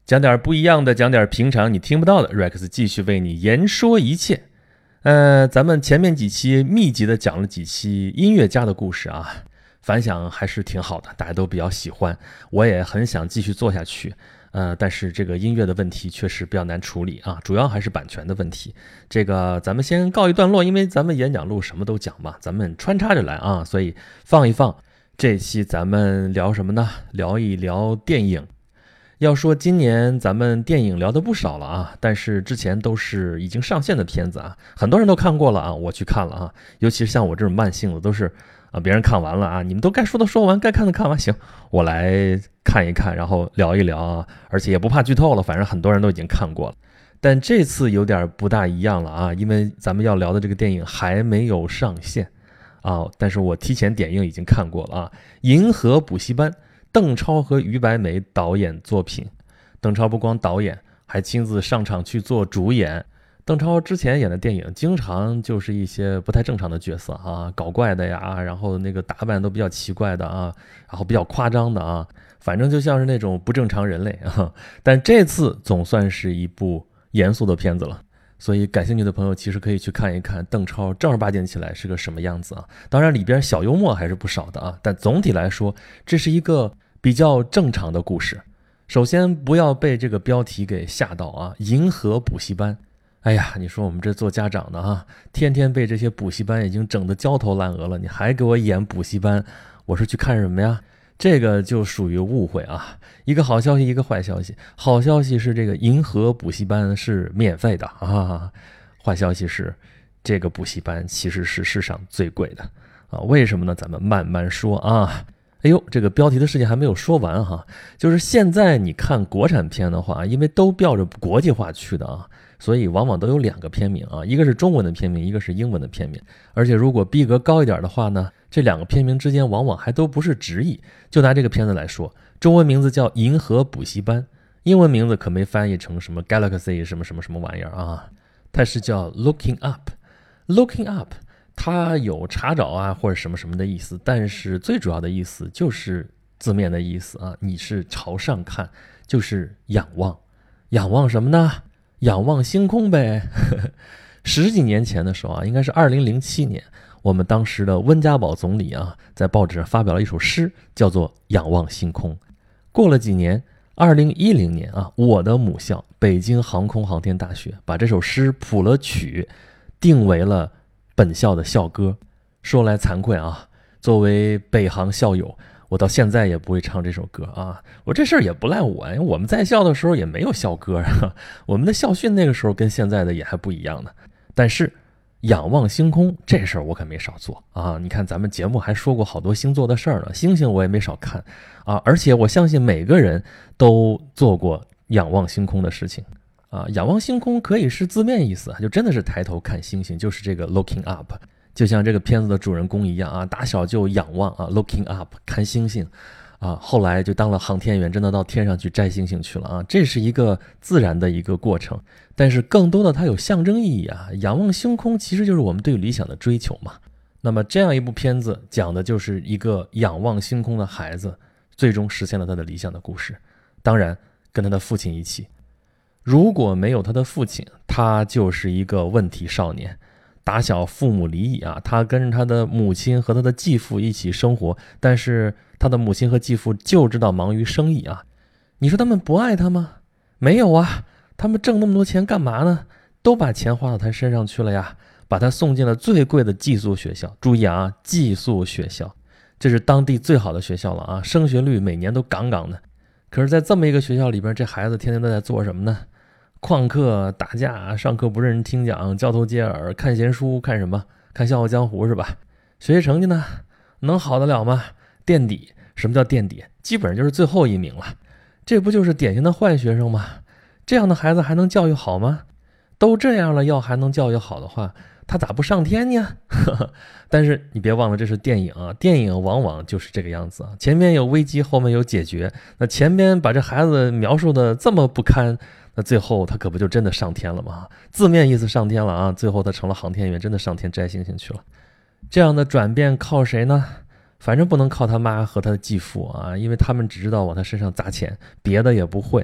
讲点不一样的，讲点平常你听不到的 Rex 继续为你言说一切。咱们前面几期密集的讲了几期音乐家的故事啊，反响还是挺好的，大家都比较喜欢，我也很想继续做下去。但是这个音乐的问题确实比较难处理啊，主要还是版权的问题。这个咱们先告一段落，因为咱们演讲录什么都讲嘛，咱们穿插着来啊，所以放一放。这期咱们聊什么呢？聊一聊电影。要说今年咱们电影聊的不少了啊，但是之前都是已经上线的片子啊，很多人都看过了啊，我去看了啊，尤其是像我这种慢性的，都是别人看完了啊，你们都该说的说完，该看的看完，行，我来看一看，然后聊一聊啊，而且也不怕剧透了，反正很多人都已经看过了。但这次有点不大一样了啊，因为咱们要聊的这个电影还没有上线啊，但是我提前点映已经看过了啊，《银河补习班》。邓超和于白眉导演作品，邓超不光导演，还亲自上场去做主演。邓超之前演的电影经常就是一些不太正常的角色啊，搞怪的呀，然后那个打扮都比较奇怪的啊，然后比较夸张的啊，反正就像是那种不正常人类啊。但这次总算是一部严肃的片子了。所以感兴趣的朋友其实可以去看一看邓超正儿八经起来是个什么样子啊，当然里边小幽默还是不少的啊，但总体来说这是一个比较正常的故事。首先不要被这个标题给吓到啊，银河补习班。哎呀，你说我们这做家长的啊，天天被这些补习班已经整得焦头烂额了，你还给我演补习班，我是去看什么呀？这个就属于误会啊，一个好消息一个坏消息。好消息是这个银河补习班是免费的啊，坏消息是这个补习班其实是世上最贵的啊。为什么呢？咱们慢慢说啊。哎呦，这个标题的事情还没有说完哈，就是现在你看国产片的话，因为都标着国际化去的啊，所以往往都有两个片名啊，一个是中文的片名，一个是英文的片名。而且如果逼格高一点的话呢，这两个片名之间往往还都不是直译。就拿这个片子来说，中文名字叫《银河补习班》，英文名字可没翻译成什么 Galaxy 什么什么什么玩意儿啊，它是叫 Looking Up。Looking Up它有查找啊或者什么什么的意思，但是最主要的意思就是字面的意思啊，你是朝上看，就是仰望。仰望什么呢？仰望星空呗。十几年前的时候啊，应该是2007年，我们当时的温家宝总理啊，在报纸上发表了一首诗，叫做《仰望星空》。过了几年，2010年啊，我的母校北京航空航天大学把这首诗谱了曲，定为了本校的校歌。说来惭愧啊，作为北航校友，我到现在也不会唱这首歌啊。我这事儿也不赖我，因为我们在校的时候也没有校歌啊，我们的校训那个时候跟现在的也还不一样呢。但是仰望星空这事儿我可没少做啊！你看咱们节目还说过好多星座的事儿呢，星星我也没少看啊。而且我相信每个人都做过仰望星空的事情啊。仰望星空可以是字面意思，就真的是抬头看星星，就是这个 looking up， 就像这个片子的主人公一样啊，打小就仰望啊 looking up 看星星啊，后来就当了航天员，真的到天上去摘星星去了啊，这是一个自然的一个过程。但是更多的它有象征意义啊，仰望星空其实就是我们对理想的追求嘛。那么这样一部片子讲的就是一个仰望星空的孩子最终实现了他的理想的故事，当然跟他的父亲一起。如果没有他的父亲，他就是一个问题少年，打小父母离异啊，他跟着他的母亲和他的继父一起生活，但是他的母亲和继父就知道忙于生意啊。你说他们不爱他吗？没有啊，他们挣那么多钱干嘛呢？都把钱花到他身上去了呀，把他送进了最贵的寄宿学校。注意啊，寄宿学校，这是当地最好的学校了啊，升学率每年都杠杠的。可是在这么一个学校里边，这孩子天天都在做什么呢？旷课、打架、上课不认真听讲、交头接耳、看闲书，看什么？看《笑傲江湖》是吧？学习成绩呢，能好得了吗？垫底。什么叫垫底？基本上就是最后一名了。这不就是典型的坏学生吗？这样的孩子还能教育好吗？都这样了，要还能教育好的话，他咋不上天呢？但是你别忘了，这是电影啊，电影往往就是这个样子啊，前面有危机，后面有解决。那前边把这孩子描述的这么不堪，那最后他可不就真的上天了吗？字面意思上天了啊，最后他成了航天员，真的上天摘星星去了。这样的转变靠谁呢？反正不能靠他妈和他的继父啊，因为他们只知道往他身上砸钱，别的也不会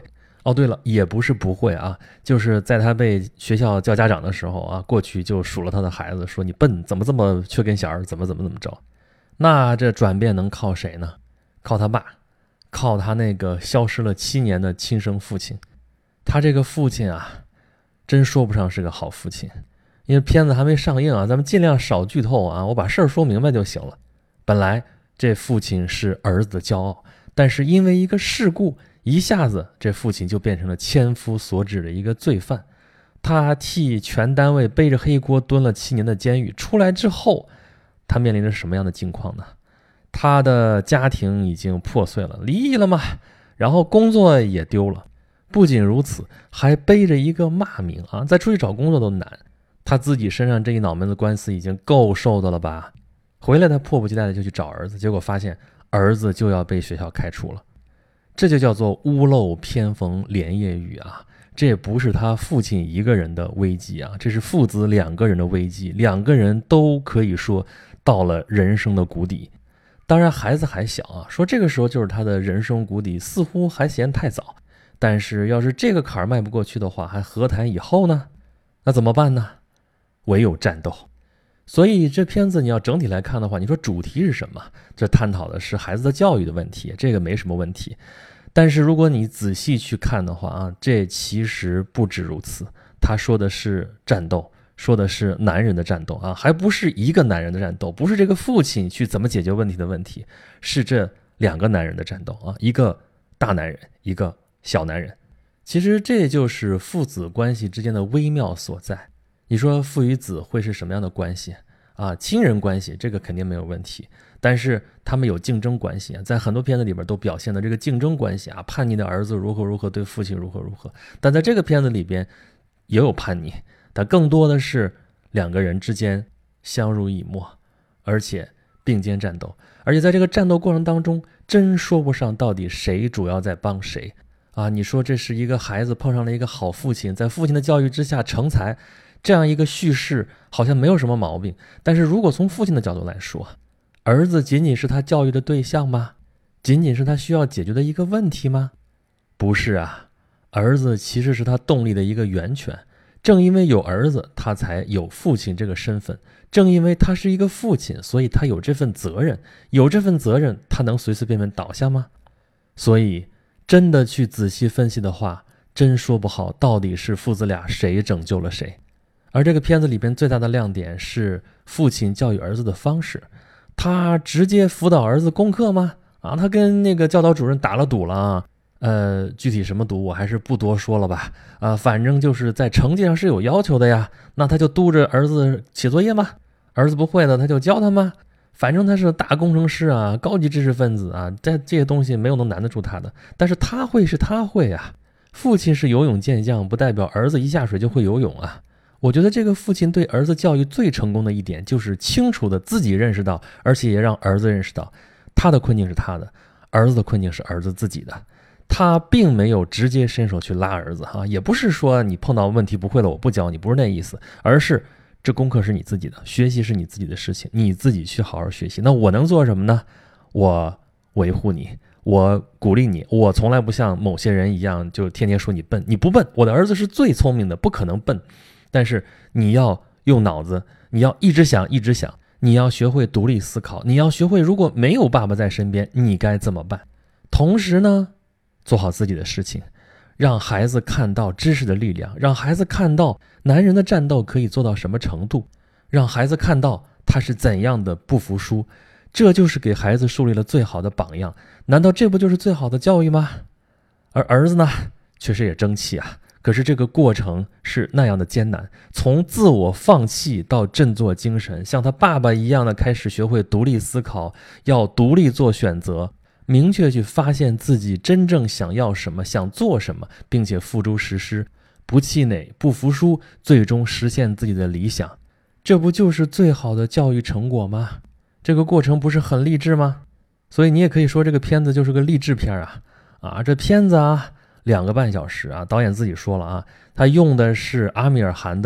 哦，对了，也不是不会啊，就是在他被学校叫家长的时候啊，过去就数了他的孩子，说你笨，怎么这么缺根弦儿，怎么着。那这转变能靠谁呢？靠他爸，靠他那个消失了7年的亲生父亲。他这个父亲啊，真说不上是个好父亲。因为片子还没上映啊，咱们尽量少剧透啊，我把事儿说明白就行了。本来这父亲是儿子的骄傲，但是因为一个事故，一下子这父亲就变成了千夫所指的一个罪犯。他替全单位背着黑锅蹲了7年的监狱，出来之后他面临着什么样的境况呢？他的家庭已经破碎了，离异了嘛，然后工作也丢了。不仅如此，还背着一个骂名啊，再出去找工作都难。他自己身上这一脑门子官司已经够受的了吧？回来他迫不及待的就去找儿子，结果发现儿子就要被学校开除了。这就叫做屋漏偏逢连夜雨啊！这也不是他父亲一个人的危机啊，这是父子2个人的危机，2个人都可以说到了人生的谷底。当然孩子还小啊，说这个时候就是他的人生谷底，似乎还嫌太早。但是要是这个坎儿迈不过去的话，还何谈以后呢？那怎么办呢？唯有战斗。所以这片子你要整体来看的话，你说主题是什么？这探讨的是孩子的教育的问题，这个没什么问题。但是如果你仔细去看的话啊，这其实不止如此。他说的是战斗，说的是男人的战斗啊，还不是一个男人的战斗，不是这个父亲去怎么解决问题的问题，是这2个男人的战斗啊，一个大男人，一个小男人。其实这就是父子关系之间的微妙所在。你说父与子会是什么样的关系啊？亲人关系这个肯定没有问题，但是他们有竞争关系啊，在很多片子里边都表现的这个竞争关系啊，叛逆的儿子如何对父亲如何，但在这个片子里边也有叛逆，但更多的是2个人之间相濡以沫，而且并肩战斗，而且在这个战斗过程当中，真说不上到底谁主要在帮谁啊。你说这是一个孩子碰上了一个好父亲，在父亲的教育之下成才，这样一个叙事好像没有什么毛病。但是如果从父亲的角度来说，儿子仅仅是他教育的对象吗？仅仅是他需要解决的一个问题吗？不是啊，儿子其实是他动力的一个源泉。正因为有儿子，他才有父亲这个身份。正因为他是一个父亲，所以他有这份责任。有这份责任，他能随随便便倒下吗？所以真的去仔细分析的话，真说不好到底是父子俩谁拯救了谁。而这个片子里边最大的亮点是父亲教育儿子的方式。他直接辅导儿子功课吗？啊，他跟那个教导主任打了赌了啊。具体什么赌我还是不多说了吧。反正就是在成绩上是有要求的呀。那他就督着儿子写作业吗？儿子不会的他就教他吗？反正他是大工程师啊，高级知识分子啊，这些东西没有能难得住他的。但是他会是他会啊。父亲是游泳健将，不代表儿子一下水就会游泳啊。我觉得这个父亲对儿子教育最成功的一点，就是清楚的自己认识到，而且也让儿子认识到，他的困境是他的，儿子的困境是儿子自己的。他并没有直接伸手去拉儿子哈，也不是说你碰到问题不会了我不教你，不是那意思，而是这功课是你自己的，学习是你自己的事情，你自己去好好学习。那我能做什么呢？我维护你，我鼓励你，我从来不像某些人一样就天天说你笨，你不笨，我的儿子是最聪明的，不可能笨。但是你要用脑子，你要一直想，你要学会独立思考，你要学会如果没有爸爸在身边你该怎么办。同时呢，做好自己的事情，让孩子看到知识的力量，让孩子看到男人的战斗可以做到什么程度，让孩子看到他是怎样的不服输，这就是给孩子树立了最好的榜样。难道这不就是最好的教育吗？而儿子呢，确实也争气啊，可是这个过程是那样的艰难，从自我放弃到振作精神，像他爸爸一样的开始学会独立思考，要独立做选择，明确去发现自己真正想要什么，想做什么，并且付诸实施，不气馁，不服输，最终实现自己的理想。这不就是最好的教育成果吗？这个过程不是很励志吗？所以你也可以说这个片子就是个励志片啊。这片子啊2个半小时啊，导演自己说了啊，他用的是阿米尔汗的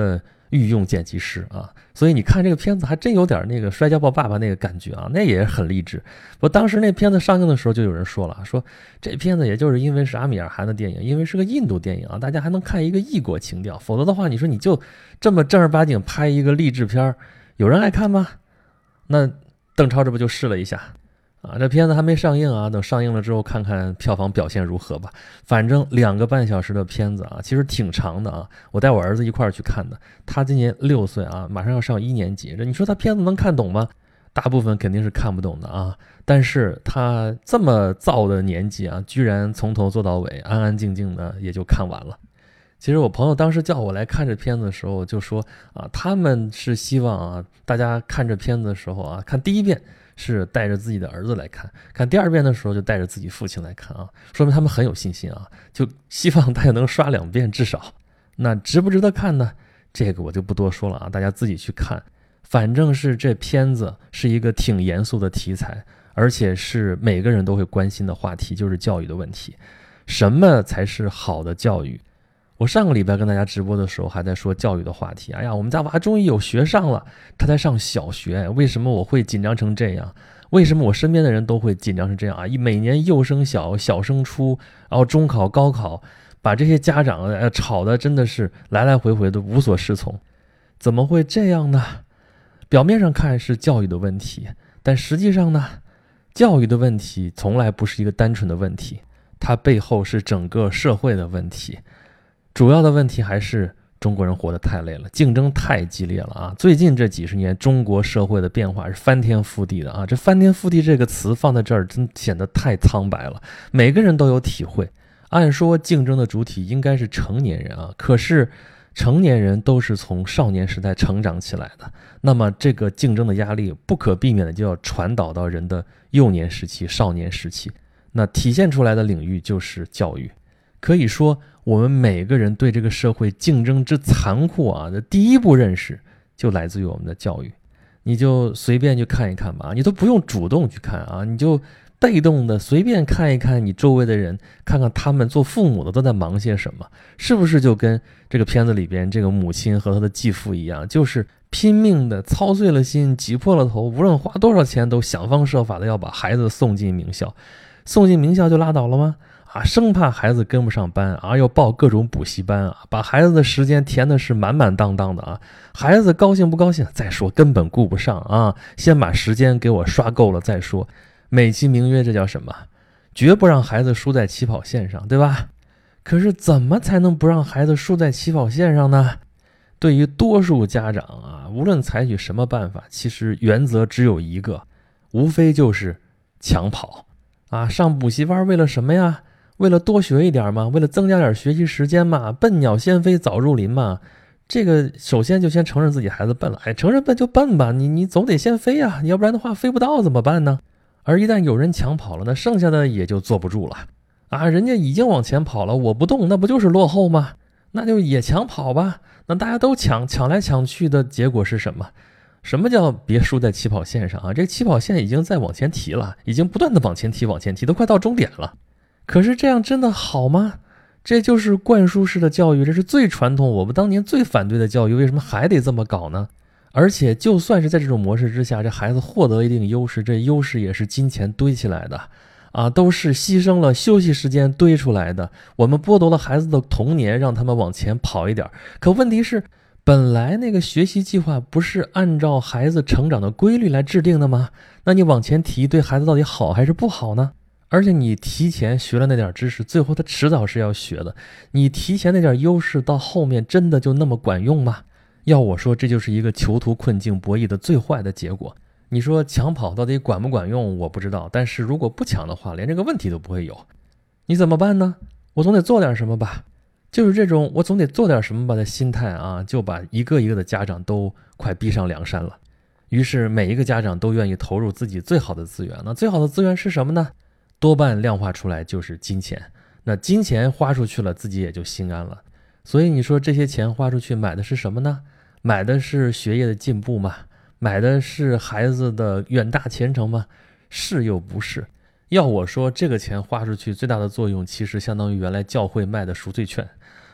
御用剪辑师啊。所以你看这个片子还真有点那个摔跤吧爸爸那个感觉啊，那也很励志。不过当时那片子上映的时候就有人说了，说这片子也就是因为是阿米尔汗的电影，因为是个印度电影啊，大家还能看一个异国情调，否则的话你说你就这么正儿八经拍一个励志片，有人爱看吗？那邓超这不就试了一下啊，这片子还没上映啊，等上映了之后看看票房表现如何吧。反正2个半小时的片子啊，其实挺长的啊。我带我儿子一块儿去看的，他今年6岁啊，马上要上1年级。这你说他片子能看懂吗？大部分肯定是看不懂的啊。但是他这么造的年纪啊，居然从头做到尾，安安静静的也就看完了。其实我朋友当时叫我来看这片子的时候，就说啊，他们是希望啊，大家看这片子的时候啊，看第一遍是带着自己的儿子来看，看第2遍的时候就带着自己父亲来看啊，说明他们很有信心啊，就希望大家能刷2遍至少。那值不值得看呢？这个我就不多说了啊，大家自己去看。反正是这片子是一个挺严肃的题材，而且是每个人都会关心的话题，就是教育的问题。什么才是好的教育？我上个礼拜跟大家直播的时候还在说教育的话题，哎呀，我们家娃终于有学上了，他才上小学，为什么我会紧张成这样？为什么我身边的人都会紧张成这样啊？每年幼升小，小升初，然后中考、高考，把这些家长吵得真的是来来回回的无所适从。怎么会这样呢？表面上看是教育的问题，但实际上呢，教育的问题从来不是一个单纯的问题，它背后是整个社会的问题。主要的问题还是中国人活得太累了，竞争太激烈了啊！最近这几十年，中国社会的变化是翻天覆地的啊！这翻天覆地这个词放在这儿，真显得太苍白了。每个人都有体会。按说竞争的主体应该是成年人啊，可是成年人都是从少年时代成长起来的，那么这个竞争的压力不可避免的就要传导到人的幼年时期、少年时期。那体现出来的领域就是教育。可以说我们每个人对这个社会竞争之残酷啊的第一步认识就来自于我们的教育。你就随便去看一看吧，你都不用主动去看啊，你就被动的随便看一看你周围的人，看看他们做父母的都在忙些什么，是不是就跟这个片子里边这个母亲和她的继父一样，就是拼命的操碎了心，挤破了头，无论花多少钱都想方设法的要把孩子送进名校。送进名校就拉倒了吗？啊，生怕孩子跟不上班啊，要报各种补习班啊，把孩子的时间填的是满满当当的啊。孩子高兴不高兴再说，根本顾不上啊，先把时间给我刷够了再说。美其名曰这叫什么？绝不让孩子输在起跑线上，对吧？可是怎么才能不让孩子输在起跑线上呢？对于多数家长啊，无论采取什么办法，其实原则只有一个，无非就是抢跑啊。上补习班为了什么呀？为了多学一点嘛，为了增加点学习时间嘛，笨鸟先飞早入林嘛。这个首先就先承认自己孩子笨了，承认笨就笨吧，你总得先飞啊，要不然的话飞不到怎么办呢？而一旦有人抢跑了，那剩下的也就坐不住了啊！人家已经往前跑了，我不动，那不就是落后吗？那就也抢跑吧。那大家都抢来抢去的结果是什么？什么叫别输在起跑线上啊？这起跑线已经在往前提了，已经不断的往前提，都快到终点了。可是这样真的好吗？这就是灌输式的教育，这是最传统，我们当年最反对的教育，为什么还得这么搞呢？而且就算是在这种模式之下，这孩子获得一定优势，这优势也是金钱堆起来的啊，都是牺牲了休息时间堆出来的。我们剥夺了孩子的童年，让他们往前跑一点。可问题是，本来那个学习计划不是按照孩子成长的规律来制定的吗？那你往前提，对孩子到底好还是不好呢？而且你提前学了那点知识，最后他迟早是要学的。你提前那点优势到后面真的就那么管用吗？要我说，这就是一个囚徒困境博弈的最坏的结果。你说抢跑到底管不管用我不知道，但是如果不抢的话，连这个问题都不会有。你怎么办呢？我总得做点什么吧。就是这种我总得做点什么吧的心态啊，就把一个一个的家长都快逼上梁山了。于是每一个家长都愿意投入自己最好的资源。那最好的资源是什么呢？多半量化出来就是金钱。那金钱花出去了，自己也就心安了。所以你说这些钱花出去买的是什么呢？买的是学业的进步吗？买的是孩子的远大前程吗？是又不是。要我说，这个钱花出去最大的作用，其实相当于原来教会卖的赎罪券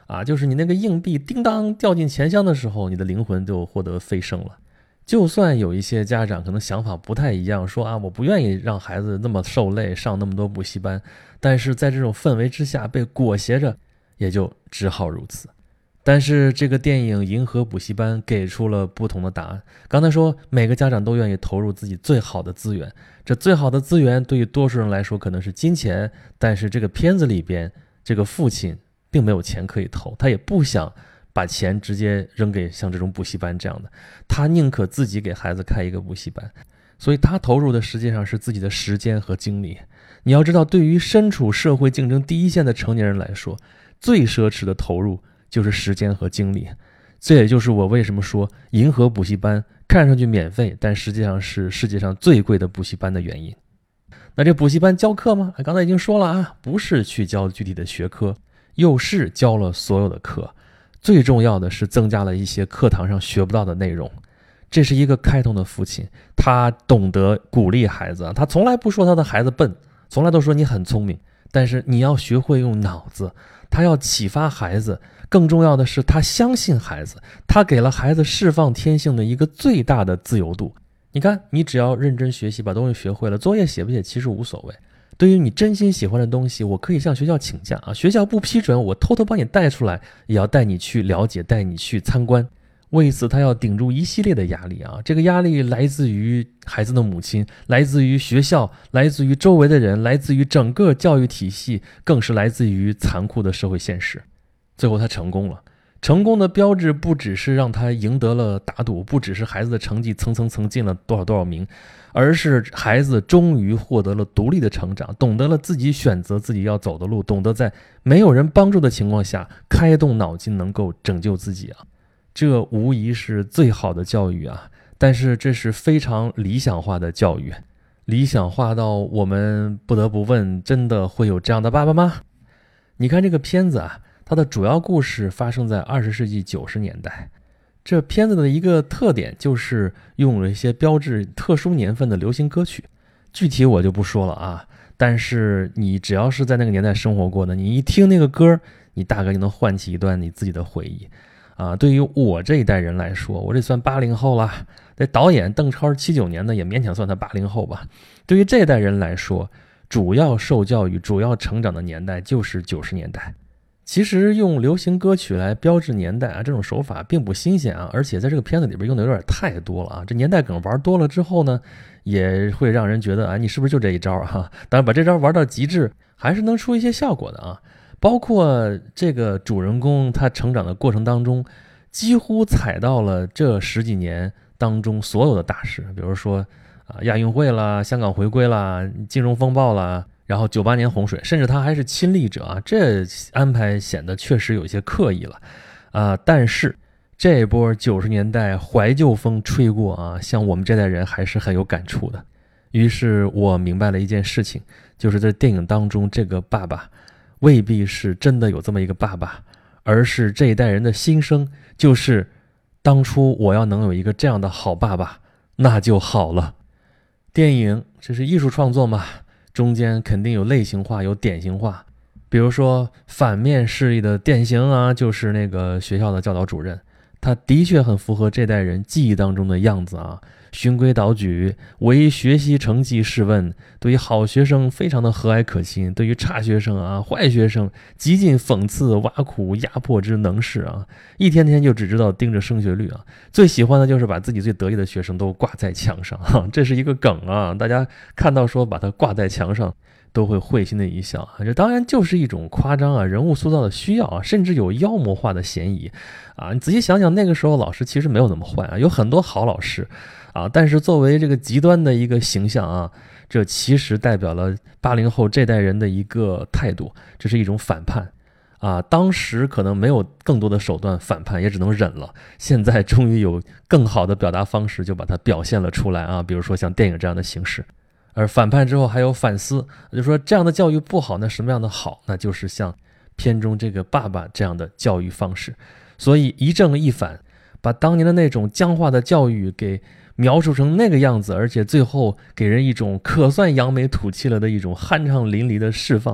就是你那个硬币叮当掉进钱箱的时候，你的灵魂就获得飞升了。就算有一些家长可能想法不太一样，说我不愿意让孩子那么受累，上那么多补习班，但是在这种氛围之下被裹挟着，也就只好如此。但是这个电影《银河补习班》给出了不同的答案。刚才说每个家长都愿意投入自己最好的资源，这最好的资源对于多数人来说可能是金钱，但是这个片子里边这个父亲并没有钱可以投，他也不想把钱直接扔给像这种补习班这样的，他宁可自己给孩子开一个补习班，所以他投入的实际上是自己的时间和精力。你要知道，对于身处社会竞争第一线的成年人来说，最奢侈的投入就是时间和精力。这也就是我为什么说银河补习班看上去免费，但实际上是世界上最贵的补习班的原因。那这补习班教课吗？刚才已经说了不是去教具体的学科，又是教了所有的课，最重要的是增加了一些课堂上学不到的内容。这是一个开通的父亲，他懂得鼓励孩子，他从来不说他的孩子笨，从来都说你很聪明，但是你要学会用脑子，他要启发孩子，更重要的是他相信孩子，他给了孩子释放天性的一个最大的自由度。你看，你只要认真学习，把东西学会了，作业写不写其实无所谓。对于你真心喜欢的东西，我可以向学校请假学校不批准，我偷偷帮你带出来，也要带你去了解，带你去参观。为此他要顶住一系列的压力这个压力来自于孩子的母亲，来自于学校，来自于周围的人，来自于整个教育体系，更是来自于残酷的社会现实。最后他成功了，成功的标志不只是让他赢得了打赌，不只是孩子的成绩层进了多少名，而是孩子终于获得了独立的成长，懂得了自己选择自己要走的路，懂得在没有人帮助的情况下开动脑筋，能够拯救自己这无疑是最好的教育但是这是非常理想化的教育，理想化到我们不得不问，真的会有这样的爸爸吗？你看这个片子它的主要故事发生在20世纪90年代。这片子的一个特点就是用了一些标志特殊年份的流行歌曲，具体我就不说了但是你只要是在那个年代生活过的，你一听那个歌，你大概就能唤起一段你自己的回忆对于我这一代人来说，我这算80后了，这导演邓超79年的，也勉强算他80后吧。对于这一代人来说，主要受教育、主要成长的年代就是90年代。其实用流行歌曲来标志年代这种手法并不新鲜而且在这个片子里边用的有点太多了这年代梗玩多了之后呢，也会让人觉得你是不是就这一招当然把这招玩到极致，还是能出一些效果的包括这个主人公他成长的过程当中，几乎踩到了这10几年当中所有的大事，比如说亚运会啦、香港回归啦、金融风暴啦，然后98年洪水，甚至他还是亲历者这安排显得确实有一些刻意了但是这波90年代怀旧风吹过像我们这代人还是很有感触的。于是我明白了一件事情，就是在电影当中这个爸爸未必是真的有这么一个爸爸，而是这一代人的心声，就是当初我要能有一个这样的好爸爸那就好了。电影这是艺术创作嘛，中间肯定有类型化有典型化，比如说反面示意的典型就是那个学校的教导主任，他的确很符合这代人记忆当中的样子循规蹈矩，唯学习成绩是问，对于好学生非常的和蔼可亲，对于差学生坏学生极尽讽刺挖苦压迫之能事一天天就只知道盯着升学率最喜欢的就是把自己最得意的学生都挂在墙上这是一个梗大家看到说把它挂在墙上都会会心的一笑这当然就是一种夸张人物塑造的需要甚至有妖魔化的嫌疑你仔细想想，那个时候老师其实没有那么坏有很多好老师但是作为这个极端的一个形象这其实代表了80后这代人的一个态度，这是一种反叛当时可能没有更多的手段反叛，也只能忍了，现在终于有更好的表达方式，就把它表现了出来比如说像电影这样的形式。而反叛之后还有反思，就说这样的教育不好，那什么样的好？那就是像片中这个爸爸这样的教育方式。所以一正一反，把当年的那种僵化的教育给描述成那个样子，而且最后给人一种可算扬眉吐气了的一种酣畅淋漓的释放，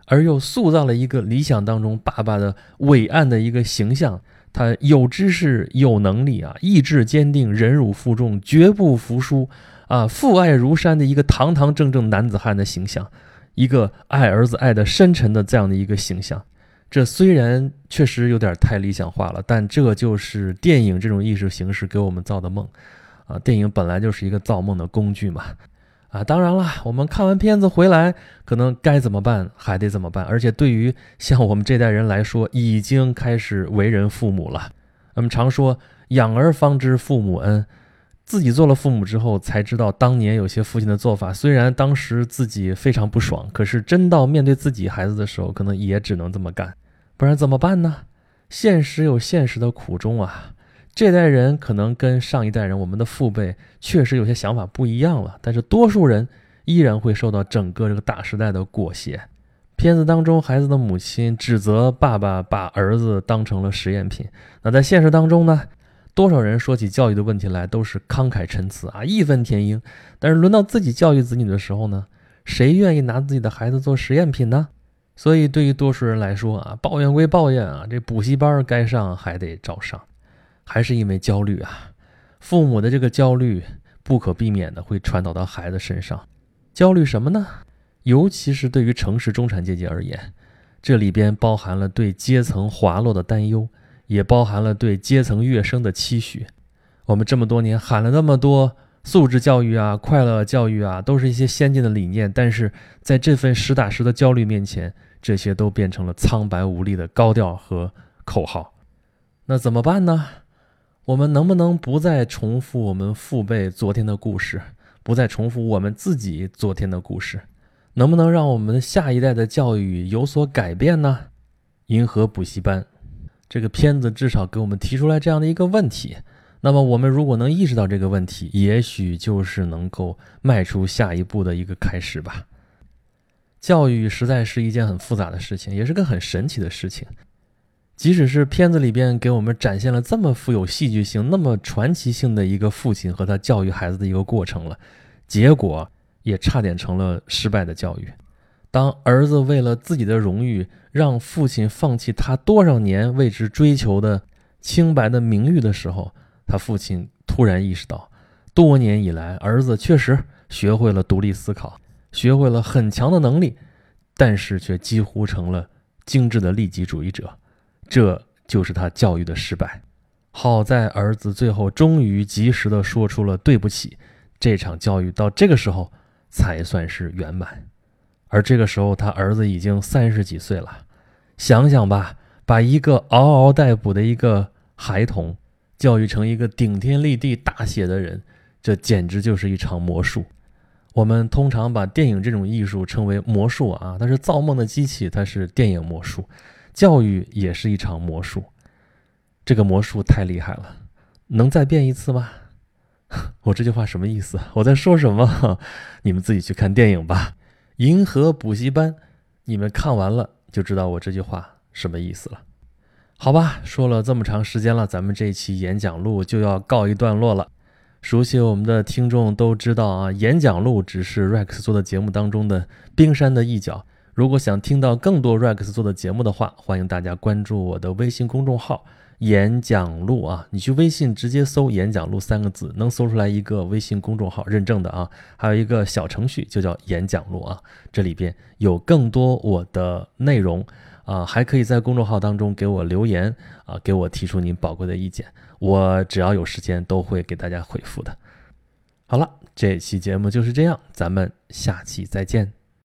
而又塑造了一个理想当中爸爸的伟岸的一个形象。他有知识有能力啊，意志坚定，忍辱负重，绝不服输啊，父爱如山的一个堂堂正正男子汉的形象，一个爱儿子爱得深沉的这样的一个形象。这虽然确实有点太理想化了，但这就是电影这种艺术形式给我们造的梦啊！电影本来就是一个造梦的工具嘛。啊，当然了，我们看完片子回来，可能该怎么办还得怎么办。而且对于像我们这代人来说，已经开始为人父母了。我们常说养儿方知父母恩，自己做了父母之后才知道当年有些父亲的做法，虽然当时自己非常不爽，可是真到面对自己孩子的时候，可能也只能这么干，不然怎么办呢？现实有现实的苦衷啊。这代人可能跟上一代人，我们的父辈确实有些想法不一样了，但是多数人依然会受到整个这个大时代的裹挟。片子当中，孩子的母亲指责爸爸把儿子当成了实验品。那在现实当中呢，多少人说起教育的问题来都是慷慨陈词啊，义愤填膺。但是轮到自己教育子女的时候呢，谁愿意拿自己的孩子做实验品呢？所以对于多数人来说啊，抱怨归抱怨啊，这补习班该上还得照上。还是因为焦虑啊，父母的这个焦虑不可避免的会传导到孩子身上。焦虑什么呢？尤其是对于城市中产阶级而言，这里边包含了对阶层滑落的担忧，也包含了对阶层跃升的期许。我们这么多年喊了那么多素质教育啊、快乐教育啊，都是一些先进的理念，但是在这份实打实的焦虑面前，这些都变成了苍白无力的高调和口号。那怎么办呢？我们能不能不再重复我们父辈昨天的故事，不再重复我们自己昨天的故事？能不能让我们下一代的教育有所改变呢？银河补习班这个片子至少给我们提出来这样的一个问题。那么我们如果能意识到这个问题，也许就是能够迈出下一步的一个开始吧。教育实在是一件很复杂的事情，也是个很神奇的事情。即使是片子里边给我们展现了这么富有戏剧性、那么传奇性的一个父亲和他教育孩子的一个过程了，结果也差点成了失败的教育。当儿子为了自己的荣誉，让父亲放弃他多少年为之追求的清白的名誉的时候，他父亲突然意识到，多年以来儿子确实学会了独立思考，学会了很强的能力，但是却几乎成了精致的利己主义者。这就是他教育的失败。好在儿子最后终于及时地说出了对不起，这场教育到这个时候才算是圆满。而这个时候他儿子已经30几岁了，想想吧，把一个嗷嗷待哺的一个孩童教育成一个顶天立地大写的人，这简直就是一场魔术。我们通常把电影这种艺术称为魔术啊，它是造梦的机器，它是电影魔术。教育也是一场魔术，这个魔术太厉害了，能再变一次吗？我这句话什么意思？我在说什么？你们自己去看电影吧。银河补习班，你们看完了就知道我这句话什么意思了。好吧，说了这么长时间了，咱们这一期演讲录就要告一段落了。熟悉我们的听众都知道啊，演讲录只是 Rex 做的节目当中的冰山的一角。如果想听到更多 Rex 做的节目的话，欢迎大家关注我的微信公众号演讲录啊，你去微信直接搜演讲录3个字，能搜出来一个微信公众号认证的啊，还有一个小程序就叫演讲录啊，这里边有更多我的内容啊，还可以在公众号当中给我留言啊，给我提出您宝贵的意见，我只要有时间都会给大家回复的。好了，这期节目就是这样，咱们下期再见。